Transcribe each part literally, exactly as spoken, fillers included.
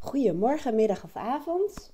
Goedemorgen, middag of avond.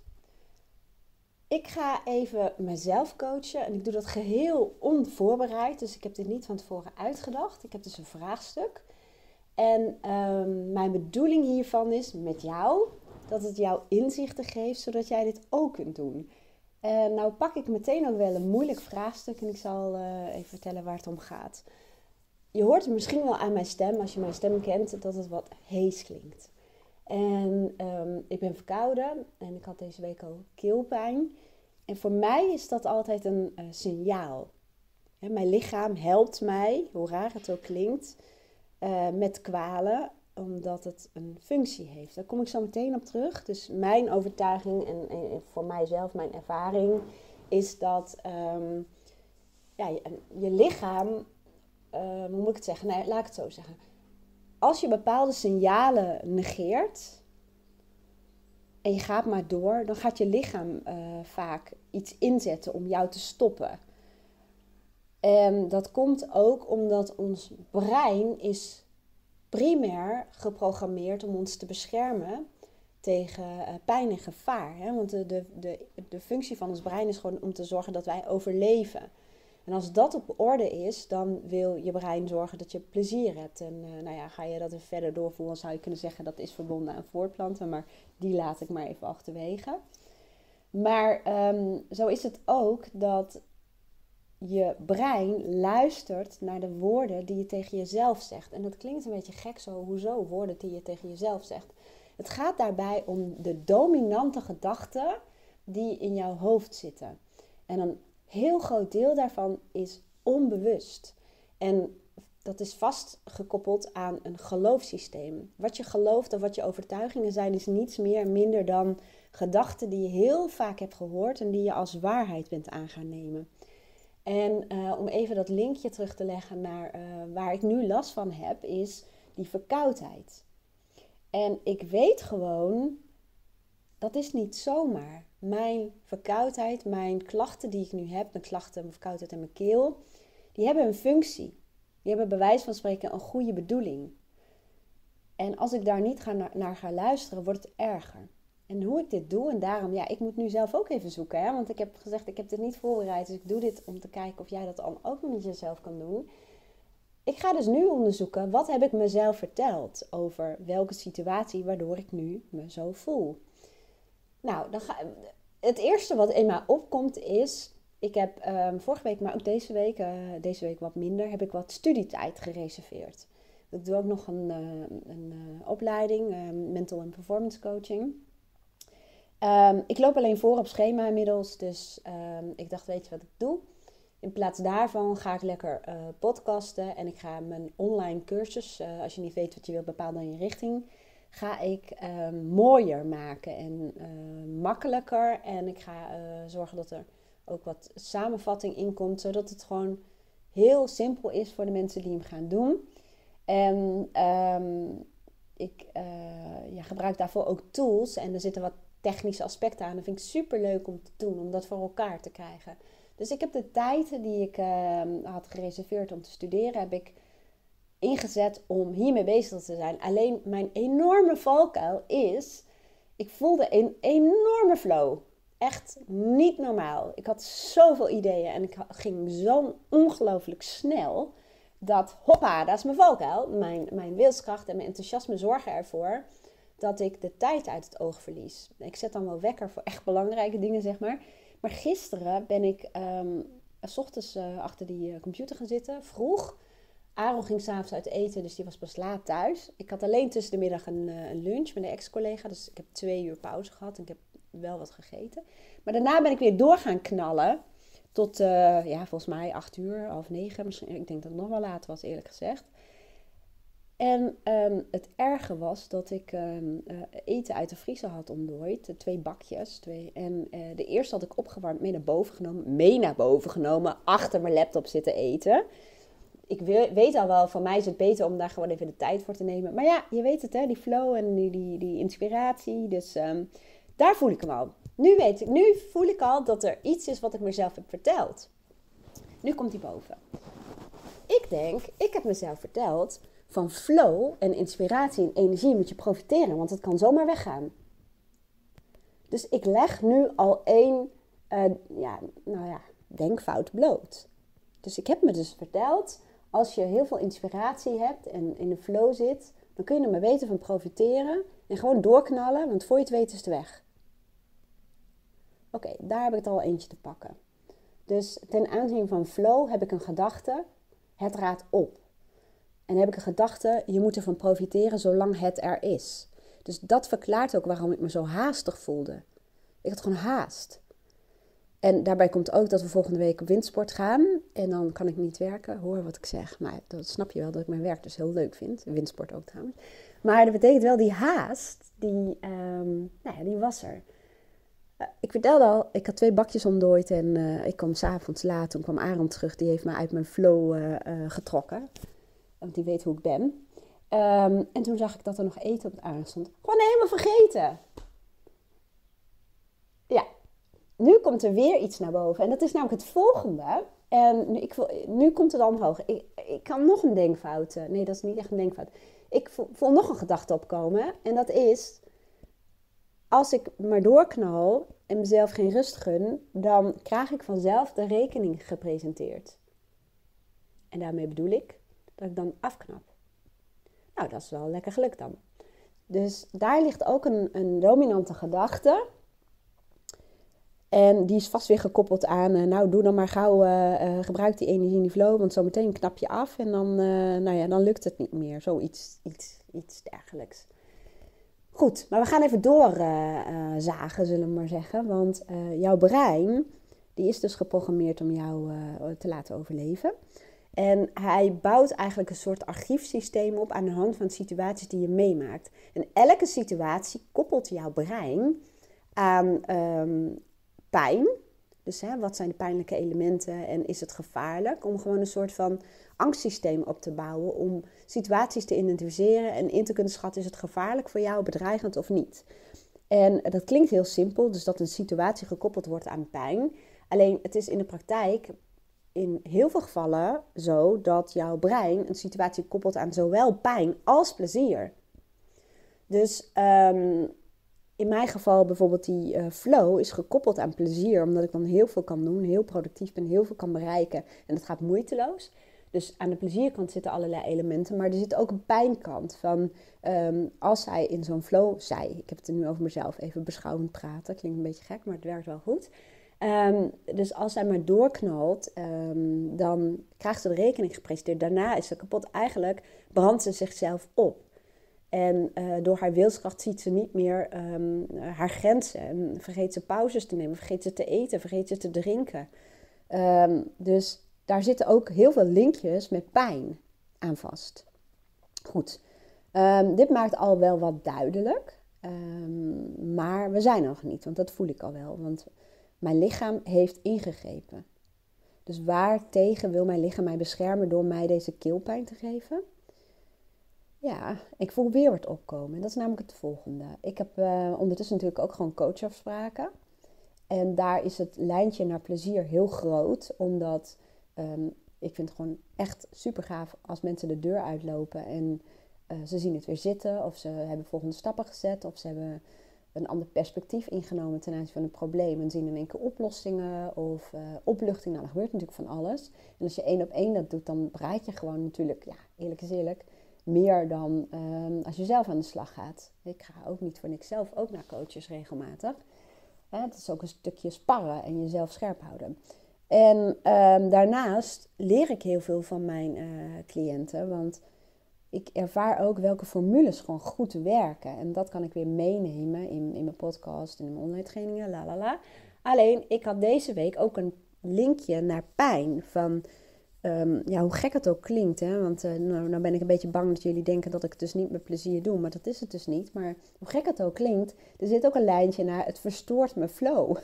Ik ga even mezelf coachen en ik doe dat geheel onvoorbereid. Dus ik heb dit niet van tevoren uitgedacht. Ik heb dus een vraagstuk. En um, mijn bedoeling hiervan is met jou dat het jou inzichten geeft, zodat jij dit ook kunt doen. En nou pak ik meteen ook wel een moeilijk vraagstuk en ik zal uh, even vertellen waar het om gaat. Je hoort het misschien wel aan mijn stem, als je mijn stem kent, dat het wat hees klinkt. En um, ik ben verkouden en ik had deze week al keelpijn. En voor mij is dat altijd een uh, signaal. He, mijn lichaam helpt mij, hoe raar het ook klinkt, uh, met kwalen, omdat het een functie heeft. Daar kom ik zo meteen op terug. Dus mijn overtuiging en, en voor mijzelf, mijn ervaring, is dat um, ja, je, je lichaam, uh, hoe moet ik het zeggen? Nee, laat ik het zo zeggen. Als je bepaalde signalen negeert en je gaat maar door, dan gaat je lichaam uh, vaak iets inzetten om jou te stoppen. En dat komt ook omdat ons brein is primair geprogrammeerd om ons te beschermen tegen uh, pijn en gevaar. Hè? Want de, de, de, de functie van ons brein is gewoon om te zorgen dat wij overleven. En als dat op orde is, dan wil je brein zorgen dat je plezier hebt. En uh, nou ja, ga je dat even verder doorvoeren, zou je kunnen zeggen dat is verbonden aan voortplanten. Maar die laat ik maar even achterwege. Maar um, zo is het ook dat je brein luistert naar de woorden die je tegen jezelf zegt. En dat klinkt een beetje gek zo, hoezo woorden die je tegen jezelf zegt. Het gaat daarbij om de dominante gedachten die in jouw hoofd zitten. En een heel groot deel daarvan is onbewust. En dat is vastgekoppeld aan een geloofssysteem. Wat je gelooft of wat je overtuigingen zijn, is niets meer en minder dan gedachten die je heel vaak hebt gehoord en die je als waarheid bent aan gaan nemen. En uh, om even dat linkje terug te leggen naar uh, waar ik nu last van heb, is die verkoudheid. En ik weet gewoon, dat is niet zomaar. Mijn verkoudheid, mijn klachten die ik nu heb, mijn klachten, mijn verkoudheid en mijn keel, die hebben een functie. Die hebben bij wijze van spreken een goede bedoeling. En als ik daar niet ga na- naar ga luisteren, wordt het erger. En hoe ik dit doe, en daarom, ja, ik moet nu zelf ook even zoeken. Hè? Want ik heb gezegd, ik heb dit niet voorbereid, dus ik doe dit om te kijken of jij dat dan ook met jezelf kan doen. Ik ga dus nu onderzoeken, wat heb ik mezelf verteld over welke situatie waardoor ik nu me zo voel. Nou, dan ga, het eerste wat in mij opkomt is, ik heb um, vorige week, maar ook deze week, uh, deze week wat minder, heb ik wat studietijd gereserveerd. Ik doe ook nog een, uh, een uh, opleiding, uh, Mental and Performance Coaching. Um, ik loop alleen voor op schema inmiddels, dus um, ik dacht, weet je wat ik doe? In plaats daarvan ga ik lekker uh, podcasten en ik ga mijn online cursus, uh, als je niet weet wat je wilt, bepaal dan je richting, ga ik uh, mooier maken en uh, makkelijker. En ik ga uh, zorgen dat er ook wat samenvatting in komt, zodat het gewoon heel simpel is voor de mensen die hem gaan doen. En um, ik uh, ja, gebruik daarvoor ook tools en er zitten wat technische aspecten aan. Dat vind ik super leuk om te doen, om dat voor elkaar te krijgen. Dus ik heb de tijd die ik uh, had gereserveerd om te studeren, heb ik ingezet om hiermee bezig te zijn. Alleen mijn enorme valkuil is, ik voelde een enorme flow. Echt niet normaal. Ik had zoveel ideeën en ik ging zo ongelooflijk snel dat, hoppa, dat is mijn valkuil. Mijn, mijn wilskracht en mijn enthousiasme zorgen ervoor dat ik de tijd uit het oog verlies. Ik zet dan wel wekker voor echt belangrijke dingen, zeg maar. Maar gisteren ben ik um, 's ochtends uh, achter die uh, computer gaan zitten, vroeg. Aaron ging 's avonds uit eten, dus die was pas laat thuis. Ik had alleen tussen de middag een, uh, een lunch met een ex-collega, dus ik heb twee uur pauze gehad en ik heb wel wat gegeten. Maar daarna ben ik weer door gaan knallen tot, uh, ja, volgens mij acht uur, half negen. Misschien, ik denk dat het nog wel later was, eerlijk gezegd. En um, het erge was dat ik um, uh, eten uit de vriezer had ontdooid. Twee bakjes. Twee, en uh, de eerste had ik opgewarmd, mee naar boven genomen. Mee naar boven genomen, achter mijn laptop zitten eten. Ik weet al wel, van mij is het beter om daar gewoon even de tijd voor te nemen. Maar ja, je weet het, hè, die flow en die, die, die inspiratie. Dus um, daar voel ik hem al. Nu weet ik, nu voel ik al dat er iets is wat ik mezelf heb verteld. Nu komt hij boven. Ik denk, ik heb mezelf verteld, van flow en inspiratie en energie moet je profiteren, want het kan zomaar weggaan. Dus ik leg nu al één, uh, ja, nou ja, denkfout bloot. Dus ik heb me dus verteld, als je heel veel inspiratie hebt en in de flow zit, dan kun je er maar weten van profiteren en gewoon doorknallen, want voor je het weet is het weg. Oké, okay, daar heb ik het al eentje te pakken. Dus ten aanzien van flow heb ik een gedachte, het raadt op. En heb ik een gedachte, je moet ervan profiteren zolang het er is. Dus dat verklaart ook waarom ik me zo haastig voelde. Ik had gewoon haast. En daarbij komt ook dat we volgende week op windsport gaan. En dan kan ik niet werken. Hoor wat ik zeg. Maar dat snap je wel dat ik mijn werk dus heel leuk vind. Windsport ook trouwens. Maar dat betekent wel die haast. Die, um, nou ja, die was er. Uh, ik vertelde al, ik had twee bakjes ontdooid. En uh, ik kwam 's avonds laat. Toen kwam Aaron terug. Die heeft me uit mijn flow uh, uh, getrokken. Want die weet hoe ik ben. Um, en toen zag ik dat er nog eten op het aardappel stond. Gewoon helemaal vergeten. Ja. Nu komt er weer iets naar boven. En dat is namelijk het volgende. En nu, ik voel, nu komt het al omhoog. Ik, ik kan nog een denkfout. Nee, dat is niet echt een denkfout. Ik voel, voel nog een gedachte opkomen. En dat is, als ik maar doorknal en mezelf geen rust gun, dan krijg ik vanzelf de rekening gepresenteerd. En daarmee bedoel ik dat ik dan afknap. Nou, dat is wel lekker geluk dan. Dus daar ligt ook een, een dominante gedachte. En die is vast weer gekoppeld aan, uh, nou doe dan maar gauw, uh, uh, gebruik die energie in die flow, want zometeen knap je af en dan, uh, nou ja, dan lukt het niet meer. Zoiets, iets, iets dergelijks. Goed, maar we gaan even doorzagen, uh, uh, zullen we maar zeggen. Want uh, jouw brein, die is dus geprogrammeerd om jou uh, te laten overleven. En hij bouwt eigenlijk een soort archiefsysteem op aan de hand van situaties die je meemaakt. En elke situatie koppelt jouw brein aan um, pijn. Dus hè, wat zijn de pijnlijke elementen en is het gevaarlijk? Om gewoon een soort van angstsysteem op te bouwen. Om situaties te identificeren en in te kunnen schatten, is het gevaarlijk voor jou, bedreigend of niet? En dat klinkt heel simpel, dus dat een situatie gekoppeld wordt aan pijn. Alleen het is in de praktijk in heel veel gevallen zo dat jouw brein een situatie koppelt aan zowel pijn als plezier. Dus um, in mijn geval bijvoorbeeld die uh, flow is gekoppeld aan plezier, omdat ik dan heel veel kan doen, heel productief ben, heel veel kan bereiken en dat gaat moeiteloos. Dus aan de plezierkant zitten allerlei elementen, maar er zit ook een pijnkant van um, als zij in zo'n flow, zij, ik heb het er nu over mezelf even beschouwend praten, klinkt een beetje gek, maar het werkt wel goed. Um, dus als zij maar doorknalt, um, dan krijgt ze de rekening gepresenteerd. Daarna is ze kapot. Eigenlijk brandt ze zichzelf op. En uh, door haar wilskracht ziet ze niet meer um, haar grenzen. En vergeet ze pauzes te nemen, vergeet ze te eten, vergeet ze te drinken. Um, dus daar zitten ook heel veel linkjes met pijn aan vast. Goed, um, dit maakt al wel wat duidelijk. Um, maar we zijn er nog niet, want dat voel ik al wel. Want mijn lichaam heeft ingegrepen. Dus waartegen wil mijn lichaam mij beschermen door mij deze keelpijn te geven? Ja, ik voel weer wat opkomen. En dat is namelijk het volgende. Ik heb uh, ondertussen natuurlijk ook gewoon coachafspraken. En daar is het lijntje naar plezier heel groot. Omdat um, ik vind het gewoon echt super gaaf als mensen de deur uitlopen. En uh, ze zien het weer zitten. Of ze hebben volgende stappen gezet. Of ze hebben een ander perspectief ingenomen ten aanzien van een probleem. En zien in één keer oplossingen of uh, opluchting. Nou, er gebeurt natuurlijk van alles. En als je één op één dat doet, dan bereik je gewoon natuurlijk, ja, eerlijk is eerlijk, meer dan um, als je zelf aan de slag gaat. Ik ga ook niet voor niks zelf ook naar coaches regelmatig. Hè, het is ook een stukje sparren en jezelf scherp houden. En um, daarnaast leer ik heel veel van mijn uh, cliënten, want ik ervaar ook welke formules gewoon goed werken. En dat kan ik weer meenemen in, in mijn podcast en in mijn online trainingen, la la la. Alleen, ik had deze week ook een linkje naar pijn. Van, um, ja, hoe gek het ook klinkt. Hè? Want uh, nou, nou ben ik een beetje bang dat jullie denken dat ik het dus niet met plezier doe. Maar dat is het dus niet. Maar hoe gek het ook klinkt, er zit ook een lijntje naar het verstoort mijn flow.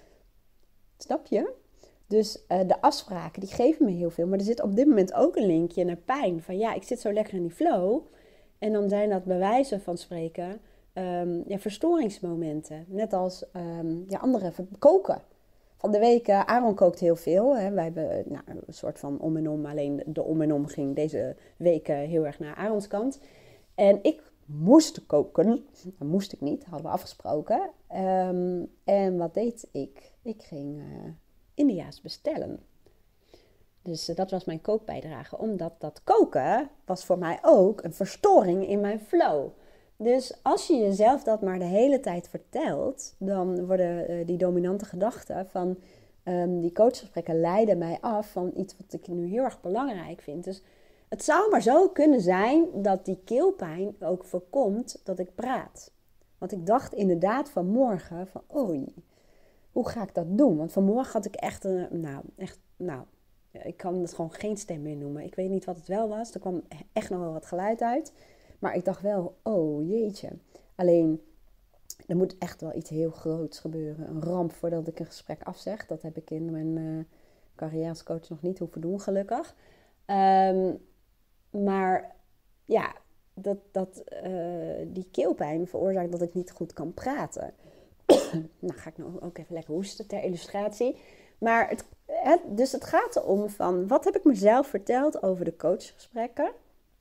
Snap je? Dus uh, de afspraken, die geven me heel veel. Maar er zit op dit moment ook een linkje naar pijn. Van ja, ik zit zo lekker in die flow. En dan zijn dat bij wijze van spreken um, ja, verstoringsmomenten. Net als um, ja, anderen koken. Van de week, uh, Aaron kookt heel veel. Hè. Wij hebben nou, een soort van om en om. Alleen de om en om ging deze week uh, heel erg naar Aarons kant. En ik moest koken. Dat moest ik niet, hadden we afgesproken. Um, en wat deed ik? Ik ging uh, India's bestellen. Dus uh, dat was mijn kookbijdrage. Omdat dat koken was voor mij ook een verstoring in mijn flow. Dus als je jezelf dat maar de hele tijd vertelt, dan worden uh, die dominante gedachten van um, die coachgesprekken leiden mij af van iets wat ik nu heel erg belangrijk vind. Dus het zou maar zo kunnen zijn dat die keelpijn ook voorkomt dat ik praat. Want ik dacht inderdaad vanmorgen van, oei, hoe ga ik dat doen? Want vanmorgen had ik echt een, nou, echt, nou, ik kan het gewoon geen stem meer noemen. Ik weet niet wat het wel was. Er kwam echt nog wel wat geluid uit. Maar ik dacht wel, oh jeetje. Alleen, er moet echt wel iets heel groots gebeuren. Een ramp voordat ik een gesprek afzeg. Dat heb ik in mijn uh, carrière als coach nog niet hoeven doen, gelukkig. Um, maar ja, dat, dat, uh, die keelpijn veroorzaakt dat ik niet goed kan praten. Nou ga ik nou ook even lekker hoesten ter illustratie. Maar het, het, dus het gaat erom van, wat heb ik mezelf verteld over de coachgesprekken?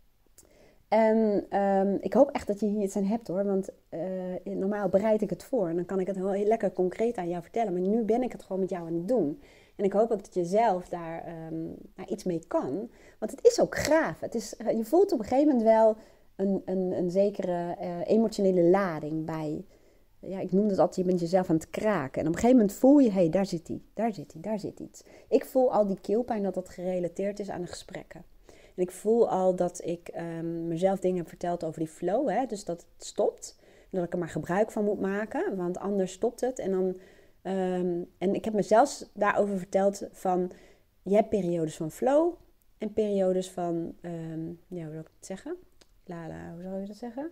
En um, ik hoop echt dat je hier iets aan hebt hoor, want uh, normaal bereid ik het voor. En dan kan ik het heel, heel lekker concreet aan jou vertellen. Maar nu ben ik het gewoon met jou aan het doen. En ik hoop ook dat je zelf daar um, nou, iets mee kan. Want het is ook gaaf. Het is, je voelt op een gegeven moment wel een, een, een zekere uh, emotionele lading bij. Ja, ik noem het altijd, je bent jezelf aan het kraken. En op een gegeven moment voel je, hé, hey, daar zit hij, daar zit hij, daar zit iets. Ik voel al die keelpijn dat dat gerelateerd is aan de gesprekken. En ik voel al dat ik um, mezelf dingen heb verteld over die flow. Hè? Dus dat het stopt. Dat ik er maar gebruik van moet maken. Want anders stopt het. En, dan, um, en ik heb mezelf daarover verteld van, je hebt periodes van flow. En periodes van, um, ja, hoe zou ik het zeggen? Lala, hoe zou je dat zeggen?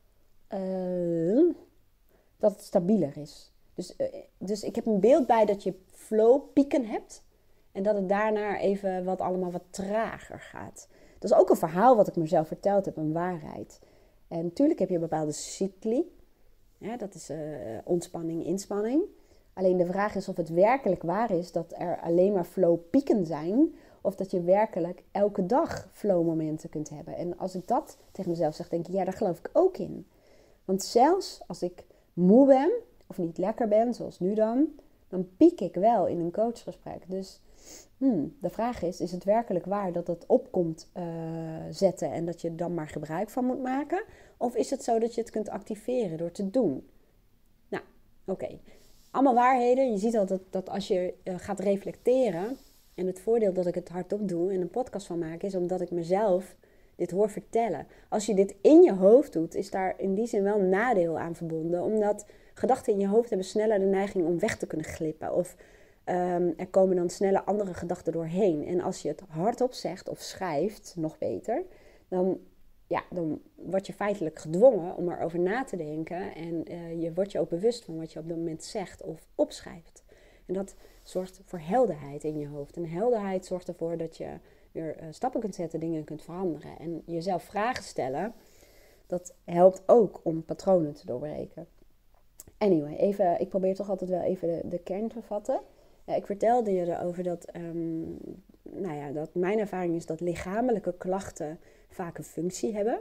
Uh, dat het stabieler is. Dus, uh, dus ik heb een beeld bij dat je flow pieken hebt. En dat het daarna even wat allemaal wat trager gaat. Dat is ook een verhaal wat ik mezelf verteld heb, een waarheid. En natuurlijk heb je bepaalde cycli. Ja, dat is uh, ontspanning, inspanning. Alleen de vraag is of het werkelijk waar is dat er alleen maar flow pieken zijn. Of dat je werkelijk elke dag flow momenten kunt hebben. En als ik dat tegen mezelf zeg, denk ik, ja, daar geloof ik ook in. Want zelfs als ik moe ben, of niet lekker ben, zoals nu dan, dan piek ik wel in een coachgesprek. Dus hmm, de vraag is, is het werkelijk waar dat het opkomt uh, zetten en dat je er dan maar gebruik van moet maken? Of is het zo dat je het kunt activeren door te doen? Nou, oké. Okay. Allemaal waarheden. Je ziet al dat, dat als je uh, gaat reflecteren, en het voordeel dat ik het hardop doe en een podcast van maak, is omdat ik mezelf dit hoor vertellen. Als je dit in je hoofd doet, is daar in die zin wel een nadeel aan verbonden. Omdat gedachten in je hoofd hebben sneller de neiging om weg te kunnen glippen. Of um, er komen dan sneller andere gedachten doorheen. En als je het hardop zegt of schrijft, nog beter, dan, ja, dan word je feitelijk gedwongen om erover na te denken. En uh, je wordt je ook bewust van wat je op dat moment zegt of opschrijft. En dat zorgt voor helderheid in je hoofd. En helderheid zorgt ervoor dat je weer uh, stappen kunt zetten, dingen kunt veranderen. En jezelf vragen stellen, dat helpt ook om patronen te doorbreken. Anyway, even, ik probeer toch altijd wel even de, de kern te vatten. Ja, ik vertelde je erover dat, um, nou ja, dat mijn ervaring is dat lichamelijke klachten vaak een functie hebben.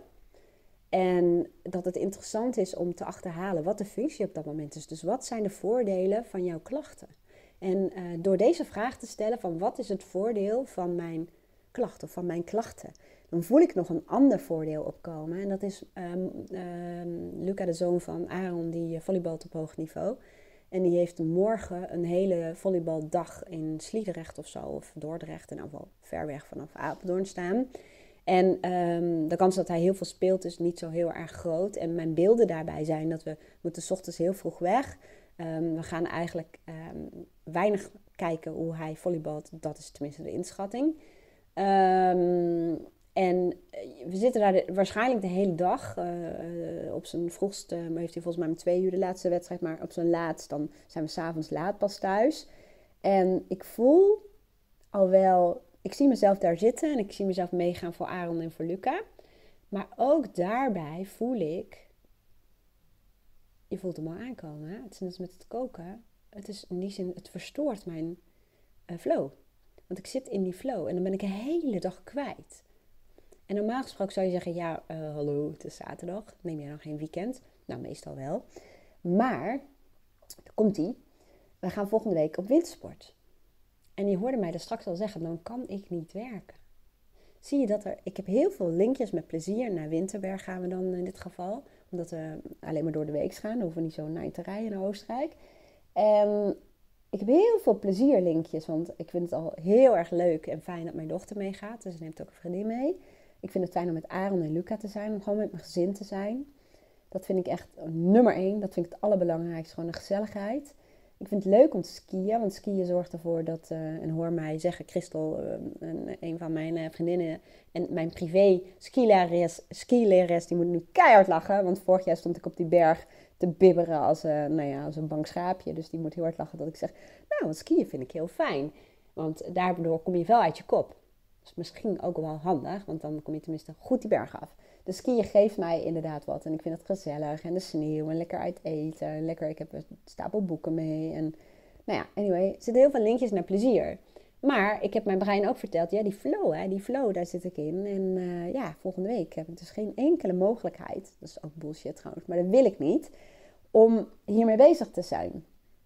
En dat het interessant is om te achterhalen wat de functie op dat moment is. Dus wat zijn de voordelen van jouw klachten? En uh, door deze vraag te stellen van wat is het voordeel van mijn klachten of van mijn klachten, dan voel ik nog een ander voordeel opkomen. En dat is um, um, Luca, de zoon van Aaron, die volleybalt op hoog niveau. En die heeft morgen een hele volleybaldag in Sliedrecht of zo, of Dordrecht, in ieder geval ver weg vanaf Apeldoorn staan. En um, de kans dat hij heel veel speelt is niet zo heel erg groot. En mijn beelden daarbij zijn dat we moeten 's ochtends heel vroeg weg. Um, we gaan eigenlijk um, weinig kijken hoe hij volleybalt. Dat is tenminste de inschatting. Um, en we zitten daar de, waarschijnlijk de hele dag. Uh, op zijn vroegste uh, heeft hij volgens mij om twee uur de laatste wedstrijd. Maar op zijn laatst dan zijn we 's avonds laat pas thuis. En ik voel al wel, ik zie mezelf daar zitten en ik zie mezelf meegaan voor Aaron en voor Luca. Maar ook daarbij voel ik, je voelt hem al aankomen. Hè? Het is net als met het koken. Het is in die zin, het verstoort mijn uh, flow. Want ik zit in die flow en dan ben ik een hele dag kwijt. En normaal gesproken zou je zeggen, ja, uh, hallo, het is zaterdag. Neem jij dan geen weekend? Nou, meestal wel. Maar, daar komt ie. We gaan volgende week op wintersport. En je hoorde mij daar straks al zeggen, dan kan ik niet werken. Zie je dat er... Ik heb heel veel linkjes met plezier. Naar Winterberg gaan we dan in dit geval. Omdat we alleen maar door de week gaan. Dan hoeven we niet zo naar te rijden naar Oostenrijk. En ik heb heel veel plezierlinkjes. Want ik vind het al heel erg leuk en fijn dat mijn dochter meegaat. Dus ze neemt ook een vriendin mee. Ik vind het fijn om met Aaron en Luca te zijn. Om gewoon met mijn gezin te zijn. Dat vind ik echt nummer één. Dat vind ik het allerbelangrijkste. Gewoon de gezelligheid. Ik vind het leuk om te skiën, want skiën zorgt ervoor dat, uh, en hoor mij zeggen, Christel, uh, een, een van mijn uh, vriendinnen en mijn privé skilerares, skilerares, die moet nu keihard lachen, want vorig jaar stond ik op die berg te bibberen als, uh, nou ja, als een bang schaapje, dus die moet heel hard lachen dat ik zeg, nou, want skiën vind ik heel fijn, want daardoor kom je wel uit je kop. Dat is misschien ook wel handig, want dan kom je tenminste goed die berg af. De skiën geeft mij inderdaad wat. En ik vind het gezellig. En de sneeuw. En lekker uit eten. En lekker, ik heb een stapel boeken mee. En nou ja, anyway. Er zitten heel veel linkjes naar plezier. Maar ik heb mijn brein ook verteld. Ja, die flow, hè. Die flow, daar zit ik in. En uh, ja, volgende week heb ik dus geen enkele mogelijkheid. Dat is ook bullshit trouwens. Maar dat wil ik niet. Om hiermee bezig te zijn.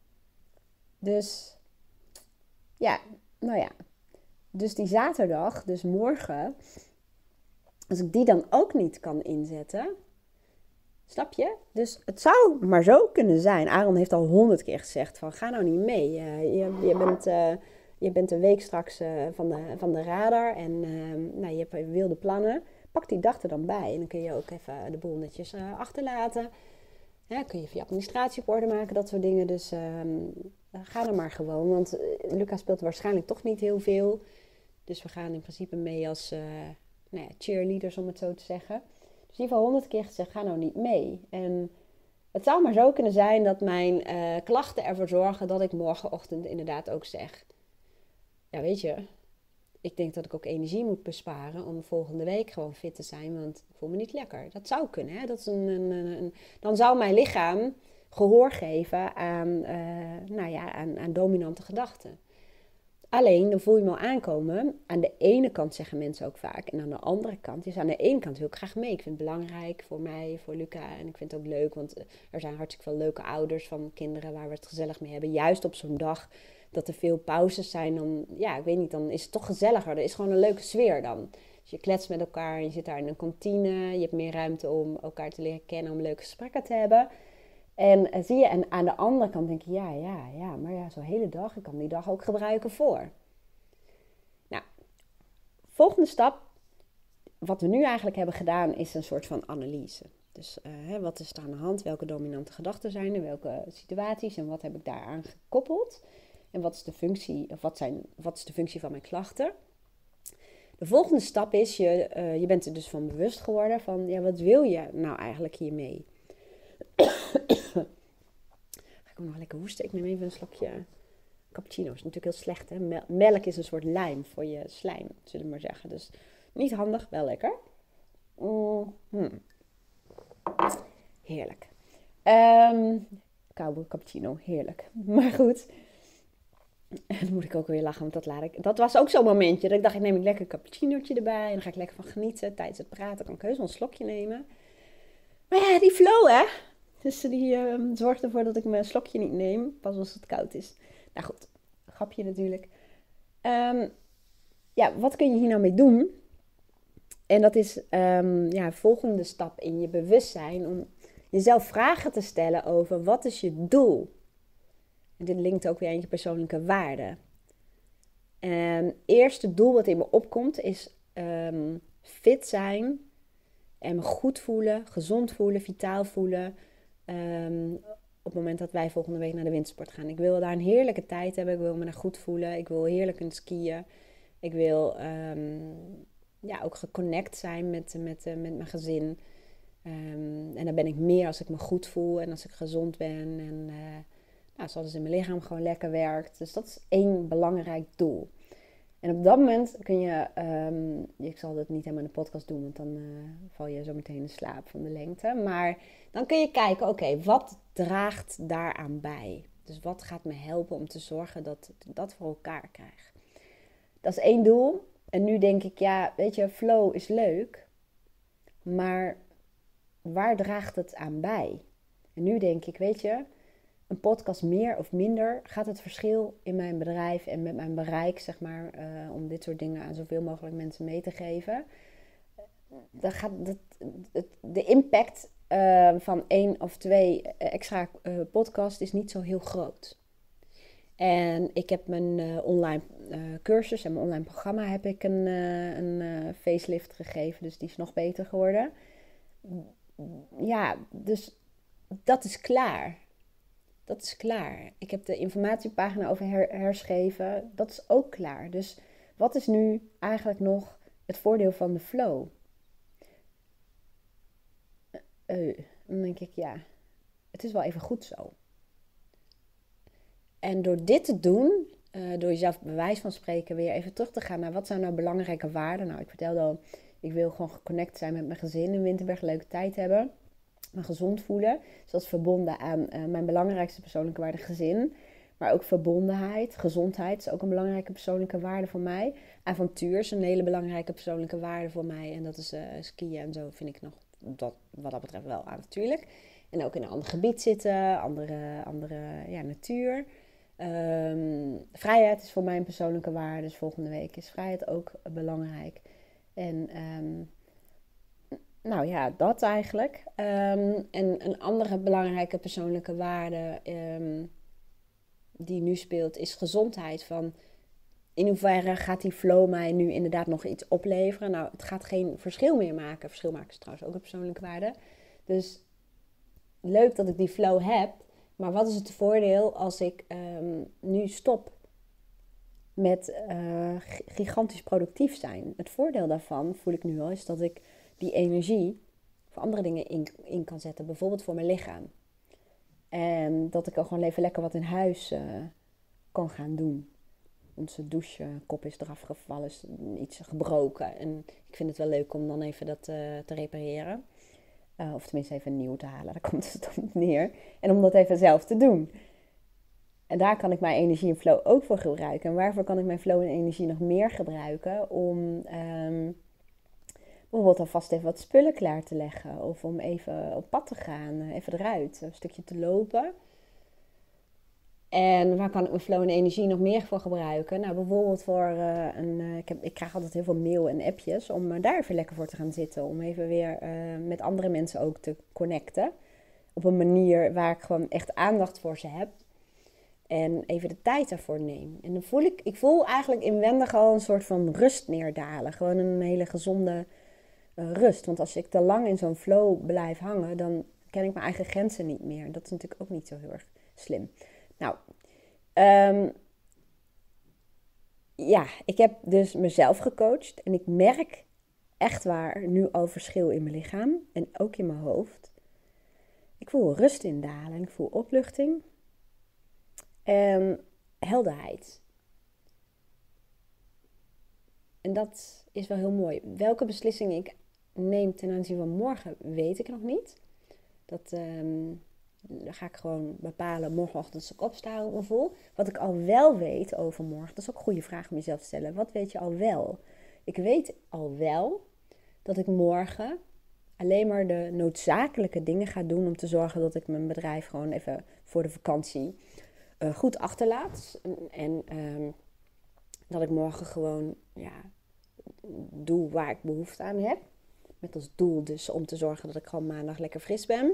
Dus ja, nou ja. Dus die zaterdag, dus morgen... Als ik die dan ook niet kan inzetten, snap je? Dus het zou maar zo kunnen zijn. Aaron heeft al honderd keer gezegd van ga nou niet mee. Uh, je, je, bent, uh, je bent een week straks uh, van, de, van de radar en uh, nou, je hebt wilde plannen. Pak die dag er dan bij en dan kun je ook even de boel netjes uh, achterlaten. Ja, kun je via administratie op orde maken, dat soort dingen. Dus uh, ga er maar gewoon, want uh, Luca speelt waarschijnlijk toch niet heel veel. Dus we gaan in principe mee als... Uh, Nou ja, cheerleaders om het zo te zeggen. Dus in ieder geval honderd keer gezegd, ga nou niet mee. En het zou maar zo kunnen zijn dat mijn uh, klachten ervoor zorgen dat ik morgenochtend inderdaad ook zeg. Ja, weet je, ik denk dat ik ook energie moet besparen om volgende week gewoon fit te zijn, want ik voel me niet lekker. Dat zou kunnen, hè? Dat is een, een, een, dan zou mijn lichaam gehoor geven aan, uh, nou ja, aan, aan dominante gedachten. Alleen, dan voel je me al aankomen. Aan de ene kant zeggen mensen ook vaak. En aan de andere kant, is aan de ene kant wil ik graag mee. Ik vind het belangrijk voor mij, voor Luca. En ik vind het ook leuk, want er zijn hartstikke veel leuke ouders van kinderen waar we het gezellig mee hebben. Juist op zo'n dag dat er veel pauzes zijn, dan, ja, ik weet niet, dan is het toch gezelliger. Er is gewoon een leuke sfeer dan. Dus je kletst met elkaar, je zit daar in een kantine. Je hebt meer ruimte om elkaar te leren kennen, om leuke gesprekken te hebben. En uh, zie je, en aan de andere kant denk je, ja, ja, ja, maar ja, zo'n hele dag, ik kan die dag ook gebruiken voor. Nou, volgende stap, wat we nu eigenlijk hebben gedaan, is een soort van analyse. Dus uh, hè, wat is er aan de hand, welke dominante gedachten zijn er, welke situaties en wat heb ik daaraan gekoppeld? En wat is de functie, of wat, zijn, wat is de functie van mijn klachten? De volgende stap is, je, uh, je bent er dus van bewust geworden van, ja, wat wil je nou eigenlijk hiermee? Ga ik ook nog lekker hoesten. Ik neem even een slokje cappuccino. Dat is natuurlijk heel slecht, hè? Mel- melk is een soort lijm voor je slijm, zullen we maar zeggen. Dus niet handig, wel lekker. Mm-hmm. Heerlijk. Um, koude cappuccino, heerlijk. Maar goed. Dan moet ik ook weer lachen, want dat laat ik. Dat was ook zo'n momentje. Dat ik dacht, ik neem een lekker cappuccinootje erbij. En dan ga ik lekker van genieten. Tijdens het praten kan ik heus wel een slokje nemen. Maar ja, die flow, hè. Dus die uh, zorgt ervoor dat ik mijn slokje niet neem. Pas als het koud is. Nou goed, grapje natuurlijk. Um, ja, wat kun je hier nou mee doen? En dat is um, ja, volgende stap in je bewustzijn. Om jezelf vragen te stellen over wat is je doel? En dit linkt ook weer aan je persoonlijke waarden. En het eerste doel wat in me opkomt is um, fit zijn. En me goed voelen, gezond voelen, vitaal voelen. Um, op het moment dat wij volgende week naar de wintersport gaan. Ik wil daar een heerlijke tijd hebben. Ik wil me daar goed voelen. Ik wil heerlijk kunnen skiën. Ik wil um, ja, ook geconnect zijn met, met, met mijn gezin. Um, en dan ben ik meer als ik me goed voel. En als ik gezond ben. En uh, nou, zoals het in mijn lichaam gewoon lekker werkt. Dus dat is één belangrijk doel. En op dat moment kun je, um, ik zal dat niet helemaal in de podcast doen, want dan uh, val je zo meteen in slaap van de lengte. Maar dan kun je kijken, oké, okay, wat draagt daaraan bij? Dus wat gaat me helpen om te zorgen dat ik dat voor elkaar krijg? Dat is één doel. En nu denk ik, ja, weet je, flow is leuk, maar waar draagt het aan bij? En nu denk ik, weet je, een podcast meer of minder, gaat het verschil in mijn bedrijf en met mijn bereik, zeg maar, uh, om dit soort dingen aan zoveel mogelijk mensen mee te geven. Dan gaat dat, het, de impact uh, van één of twee extra uh, podcasts is niet zo heel groot. En ik heb mijn uh, online uh, cursus en mijn online programma heb ik een, uh, een uh, facelift gegeven. Dus die is nog beter geworden. Ja, dus dat is klaar. Dat is klaar. Ik heb de informatiepagina over her- herschreven. Dat is ook klaar. Dus wat is nu eigenlijk nog het voordeel van de flow? Uh, dan denk ik, ja, het is wel even goed zo. En door dit te doen, uh, door jezelf bij wijze van spreken weer even terug te gaan naar wat zijn nou belangrijke waarden. Nou, ik vertelde al, ik wil gewoon geconnect zijn met mijn gezin in Winterberg, leuke tijd hebben. Me gezond voelen. Dus dat is verbonden aan uh, mijn belangrijkste persoonlijke waarde, gezin. Maar ook verbondenheid, gezondheid is ook een belangrijke persoonlijke waarde voor mij. Avontuur is een hele belangrijke persoonlijke waarde voor mij. En dat is uh, skiën en zo vind ik nog, dat, wat dat betreft, wel avontuurlijk. En ook in een ander gebied zitten, andere, andere ja, natuur. Um, vrijheid is voor mij een persoonlijke waarde. Dus volgende week is vrijheid ook belangrijk. En um, nou ja, dat eigenlijk. Um, en een andere belangrijke persoonlijke waarde um, die nu speelt is gezondheid. Van in hoeverre gaat die flow mij nu inderdaad nog iets opleveren? Nou, het gaat geen verschil meer maken. Verschil maken is trouwens ook een persoonlijke waarde. Dus leuk dat ik die flow heb. Maar wat is het voordeel als ik um, nu stop met uh, gigantisch productief zijn? Het voordeel daarvan, voel ik nu al, is dat ik die energie voor andere dingen in, in kan zetten. Bijvoorbeeld voor mijn lichaam. En dat ik ook gewoon even lekker wat in huis uh, kan gaan doen. Onze douchekop is eraf gevallen, is iets gebroken. En ik vind het wel leuk om dan even dat uh, te repareren. Uh, of tenminste even nieuw te halen, daar komt het op neer. En om dat even zelf te doen. En daar kan ik mijn energie en flow ook voor gebruiken. En waarvoor kan ik mijn flow en energie nog meer gebruiken? Om um, bijvoorbeeld alvast even wat spullen klaar te leggen. Of om even op pad te gaan, even eruit, een stukje te lopen. En waar kan ik mijn flow en energie nog meer voor gebruiken? Nou, bijvoorbeeld voor uh, een... Uh, ik, heb, ik krijg altijd heel veel mail en appjes om uh, daar even lekker voor te gaan zitten. Om even weer uh, met andere mensen ook te connecten. Op een manier waar ik gewoon echt aandacht voor ze heb. En even de tijd daarvoor neem. En dan voel ik... Ik voel eigenlijk inwendig al een soort van rust neerdalen. Gewoon een hele gezonde uh, rust. Want als ik te lang in zo'n flow blijf hangen, dan ken ik mijn eigen grenzen niet meer. Dat is natuurlijk ook niet zo heel erg slim. Nou, um, ja, ik heb dus mezelf gecoacht en ik merk echt waar nu al verschil in mijn lichaam en ook in mijn hoofd. Ik voel rust indalen en ik voel opluchting en helderheid. En dat is wel heel mooi. Welke beslissing ik neem ten aanzien van morgen weet ik nog niet. Dat... Um, Dan ga ik gewoon bepalen morgenochtend als ik opsta hoe ik me voel. Wat ik al wel weet over morgen, dat is ook een goede vraag om jezelf te stellen. Wat weet je al wel? Ik weet al wel dat ik morgen alleen maar de noodzakelijke dingen ga doen om te zorgen dat ik mijn bedrijf gewoon even voor de vakantie uh, goed achterlaat. En, en um, dat ik morgen gewoon ja, doe waar ik behoefte aan heb. Met als doel dus om te zorgen dat ik gewoon maandag lekker fris ben.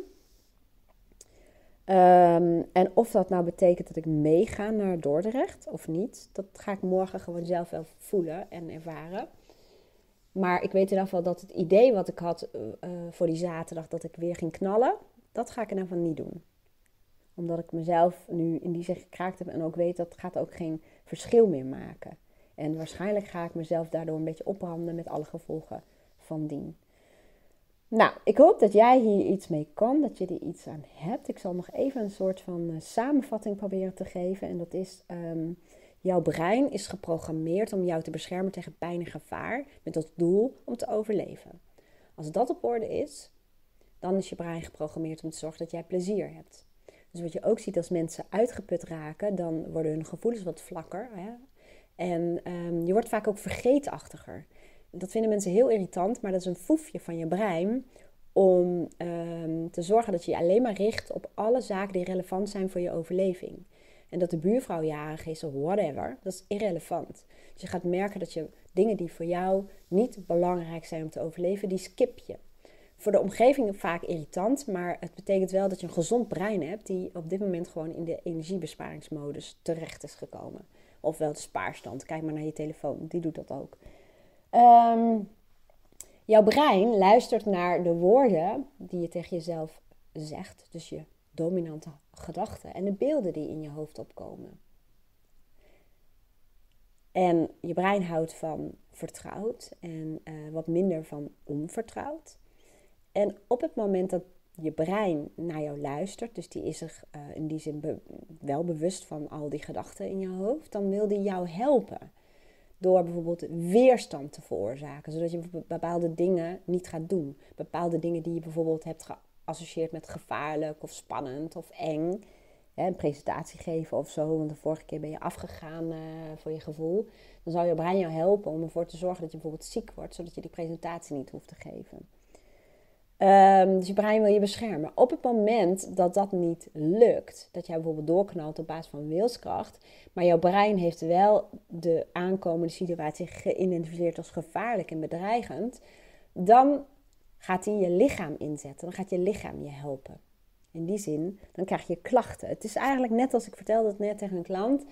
Um, en of dat nou betekent dat ik meega naar Dordrecht of niet, dat ga ik morgen gewoon zelf wel voelen en ervaren. Maar ik weet in ieder geval dat het idee wat ik had uh, voor die zaterdag, dat ik weer ging knallen, dat ga ik in ieder geval niet doen. Omdat ik mezelf nu in die zin gekraakt heb en ook weet dat gaat ook geen verschil meer maken. En waarschijnlijk ga ik mezelf daardoor een beetje opbranden met alle gevolgen van dien. Nou, ik hoop dat jij hier iets mee kan, dat je er iets aan hebt. Ik zal nog even een soort van uh, samenvatting proberen te geven. En dat is, um, jouw brein is geprogrammeerd om jou te beschermen tegen pijn en gevaar. Met als doel om te overleven. Als dat op orde is, dan is je brein geprogrammeerd om te zorgen dat jij plezier hebt. Dus wat je ook ziet als mensen uitgeput raken, dan worden hun gevoelens wat vlakker. Hè? En um, je wordt vaak ook vergeetachtiger. Dat vinden mensen heel irritant, maar dat is een foefje van je brein om um, te zorgen dat je je alleen maar richt op alle zaken die relevant zijn voor je overleving. En dat de buurvrouw jarig is of whatever, dat is irrelevant. Dus je gaat merken dat je dingen die voor jou niet belangrijk zijn om te overleven, die skip je. Voor de omgeving vaak irritant, maar het betekent wel dat je een gezond brein hebt die op dit moment gewoon in de energiebesparingsmodus terecht is gekomen. Ofwel de spaarstand. Kijk maar naar je telefoon, die doet dat ook. Um, jouw brein luistert naar de woorden die je tegen jezelf zegt, dus je dominante gedachten en de beelden die in je hoofd opkomen. En je brein houdt van vertrouwd en uh, wat minder van onvertrouwd. En op het moment dat je brein naar jou luistert, dus die is zich uh, in die zin be- wel bewust van al die gedachten in je hoofd, dan wil die jou helpen. Door bijvoorbeeld weerstand te veroorzaken, zodat je bepaalde dingen niet gaat doen. Bepaalde dingen die je bijvoorbeeld hebt geassocieerd met gevaarlijk of spannend of eng. Hè, een presentatie geven of zo, want de vorige keer ben je afgegaan uh, voor je gevoel. Dan zal je brein jou helpen om ervoor te zorgen dat je bijvoorbeeld ziek wordt, zodat je die presentatie niet hoeft te geven. Um, dus je brein wil je beschermen. Op het moment dat dat niet lukt, dat jij bijvoorbeeld doorknalt op basis van wilskracht, maar jouw brein heeft wel de aankomende situatie geïdentificeerd als gevaarlijk en bedreigend, dan gaat hij je lichaam inzetten. Dan gaat je lichaam je helpen. In die zin, dan krijg je klachten. Het is eigenlijk net als ik vertelde het net tegen een klant.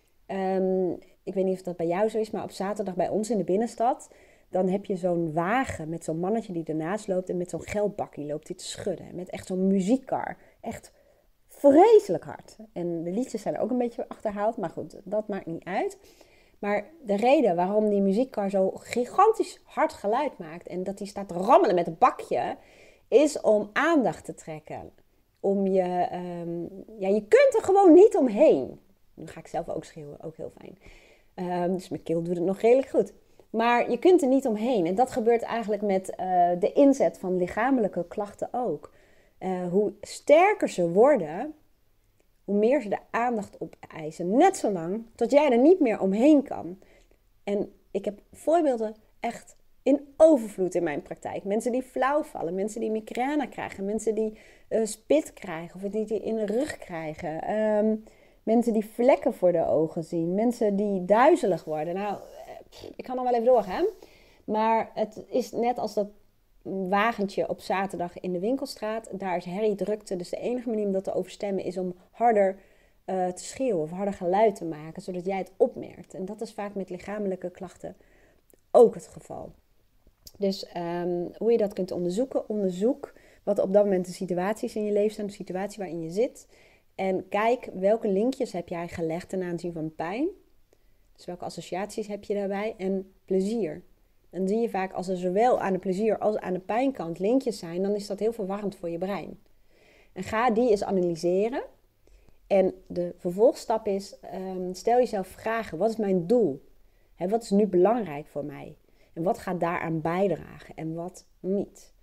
Um, ik weet niet of dat bij jou zo is, maar op zaterdag bij ons in de binnenstad, dan heb je zo'n wagen met zo'n mannetje die ernaast loopt en met zo'n geldbakkie loopt hij te schudden. Met echt zo'n muziekkar. Echt vreselijk hard. En de liedjes zijn ook een beetje achterhaald, maar goed, dat maakt niet uit. Maar de reden waarom die muziekkar zo gigantisch hard geluid maakt en dat hij staat te rammelen met een bakje, is om aandacht te trekken. Om je, um, ja, je kunt er gewoon niet omheen. Nu ga ik zelf ook schreeuwen, ook heel fijn. Um, dus mijn keel doet het nog redelijk goed. Maar je kunt er niet omheen. En dat gebeurt eigenlijk met uh, de inzet van lichamelijke klachten ook. Uh, hoe sterker ze worden, hoe meer ze de aandacht opeisen. Net zolang tot jij er niet meer omheen kan. En ik heb voorbeelden echt in overvloed in mijn praktijk. Mensen die flauw vallen, mensen die migraine krijgen, mensen die uh, spit krijgen of die, die in de rug krijgen. Um, mensen die vlekken voor de ogen zien, mensen die duizelig worden. Nou, ik kan nog wel even doorgaan. Maar het is net als dat wagentje op zaterdag in de winkelstraat. Daar is herrie drukte. Dus de enige manier om dat te overstemmen is om harder uh, te schreeuwen of harder geluid te maken. Zodat jij het opmerkt. En dat is vaak met lichamelijke klachten ook het geval. Dus um, hoe je dat kunt onderzoeken. Onderzoek wat op dat moment de situaties in je leven zijn. De situatie waarin je zit. En kijk welke linkjes heb jij gelegd ten aanzien van pijn. Dus welke associaties heb je daarbij? En plezier. Dan zie je vaak als er zowel aan de plezier als aan de pijnkant linkjes zijn, dan is dat heel verwarrend voor je brein. En ga die eens analyseren. En de vervolgstap is, um, stel jezelf vragen, wat is mijn doel? He, wat is nu belangrijk voor mij? En wat gaat daaraan bijdragen en wat niet?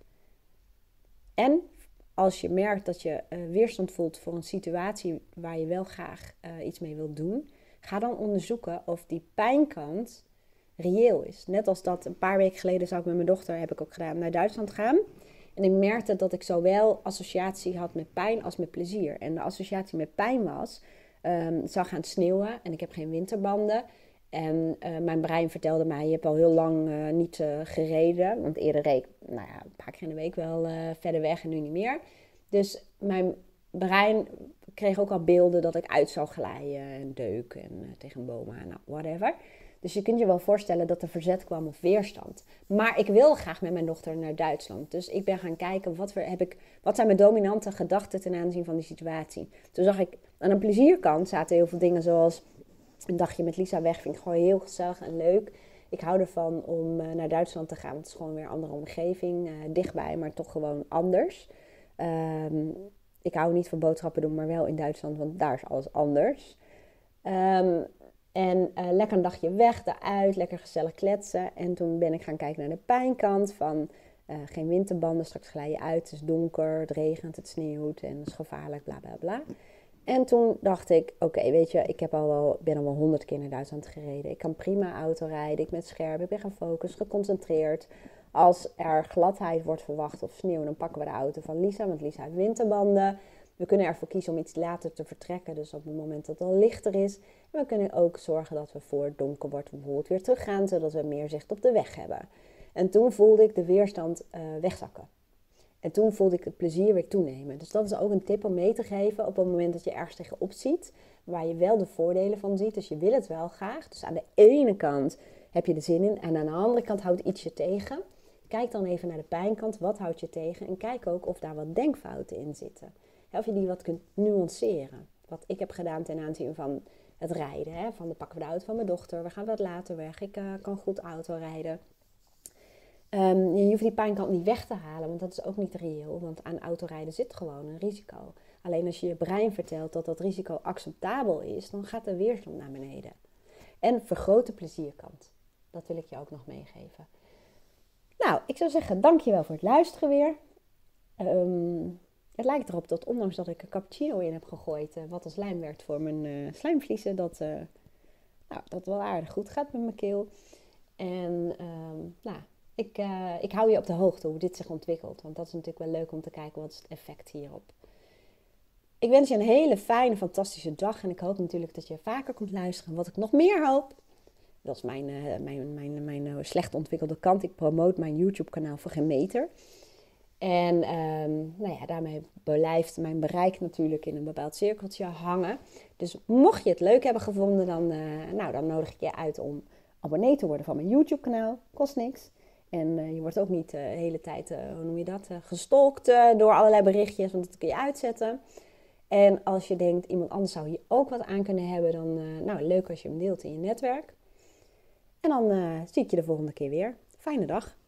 En als je merkt dat je uh, weerstand voelt voor een situatie waar je wel graag uh, iets mee wilt doen, ga dan onderzoeken of die pijnkant reëel is. Net als dat een paar weken geleden zou ik met mijn dochter, heb ik ook gedaan, naar Duitsland gaan. En ik merkte dat ik zowel associatie had met pijn als met plezier. En de associatie met pijn was, um, het zou gaan sneeuwen en ik heb geen winterbanden. En uh, mijn brein vertelde mij, je hebt al heel lang uh, niet uh, gereden. Want eerder reed ik, nou ja, een paar keer in de week wel uh, verder weg en nu niet meer. Dus mijn brein kreeg ook al beelden dat ik uit zou glijden en deuken en uh, tegen een boom aan, nou, whatever. Dus je kunt je wel voorstellen dat er verzet kwam of weerstand. Maar ik wil graag met mijn dochter naar Duitsland. Dus ik ben gaan kijken, wat, heb ik, wat zijn mijn dominante gedachten ten aanzien van die situatie. Toen zag ik, aan de plezierkant zaten heel veel dingen zoals een dagje met Lisa weg. Vind ik gewoon heel gezellig en leuk. Ik hou ervan om uh, naar Duitsland te gaan. Het is gewoon weer een andere omgeving. Uh, dichtbij, maar toch gewoon anders. Um, ik hou niet van boodschappen doen, maar wel in Duitsland, want daar is alles anders. Um, En uh, lekker een dagje weg, eruit, lekker gezellig kletsen. En toen ben ik gaan kijken naar de pijnkant van uh, geen winterbanden, straks glij je uit. Het is donker, het regent, het sneeuwt en het is gevaarlijk, bla bla bla. En toen dacht ik, oké, okay, weet je, ik heb al wel, ben al wel honderd keer naar Duitsland gereden. Ik kan prima auto rijden, ik ben scherp, ik ben gefocust, geconcentreerd. Als er gladheid wordt verwacht of sneeuw, dan pakken we de auto van Lisa, want Lisa heeft winterbanden. We kunnen ervoor kiezen om iets later te vertrekken, dus op het moment dat het al lichter is. En we kunnen ook zorgen dat we voor het donker wordt bijvoorbeeld weer teruggaan, zodat we meer zicht op de weg hebben. En toen voelde ik de weerstand uh, wegzakken. En toen voelde ik het plezier weer toenemen. Dus dat is ook een tip om mee te geven op het moment dat je ergens tegenop ziet, waar je wel de voordelen van ziet. Dus je wil het wel graag. Dus aan de ene kant heb je er zin in en aan de andere kant houdt iets je tegen. Kijk dan even naar de pijnkant, wat houdt je tegen? En kijk ook of daar wat denkfouten in zitten. Of je die wat kunt nuanceren. Wat ik heb gedaan ten aanzien van het rijden. Hè? Van dan pakken we de auto van mijn dochter, we gaan wat later weg. Ik uh, kan goed auto rijden. Um, je hoeft die pijnkant niet weg te halen, want dat is ook niet reëel. Want aan autorijden zit gewoon een risico. Alleen als je je brein vertelt dat dat risico acceptabel is, dan gaat de weerstand naar beneden. En vergroot de plezierkant. Dat wil ik je ook nog meegeven. Nou, ik zou zeggen, dankjewel voor het luisteren weer. Um, het lijkt erop dat ondanks dat ik een cappuccino in heb gegooid, uh, wat als lijm werkt voor mijn uh, slijmvliezen, dat, uh, nou, dat wel aardig goed gaat met mijn keel. En um, nou... Ik, uh, ik hou je op de hoogte hoe dit zich ontwikkelt. Want dat is natuurlijk wel leuk om te kijken wat is het effect hierop. Ik wens je een hele fijne, fantastische dag. En ik hoop natuurlijk dat je vaker komt luisteren. Wat ik nog meer hoop. Dat is mijn, uh, mijn, mijn, mijn uh, slecht ontwikkelde kant. Ik promote mijn YouTube kanaal voor geen meter. En um, nou ja, daarmee blijft mijn bereik natuurlijk in een bepaald cirkeltje hangen. Dus mocht je het leuk hebben gevonden, dan, uh, nou, dan nodig ik je uit om abonnee te worden van mijn YouTube kanaal. Kost niks. En uh, je wordt ook niet uh, de hele tijd, uh, hoe noem je dat, uh, gestalkt uh, door allerlei berichtjes, want dat kun je uitzetten. En als je denkt, iemand anders zou hier ook wat aan kunnen hebben, dan uh, nou, leuk als je hem deelt in je netwerk. En dan uh, zie ik je de volgende keer weer. Fijne dag.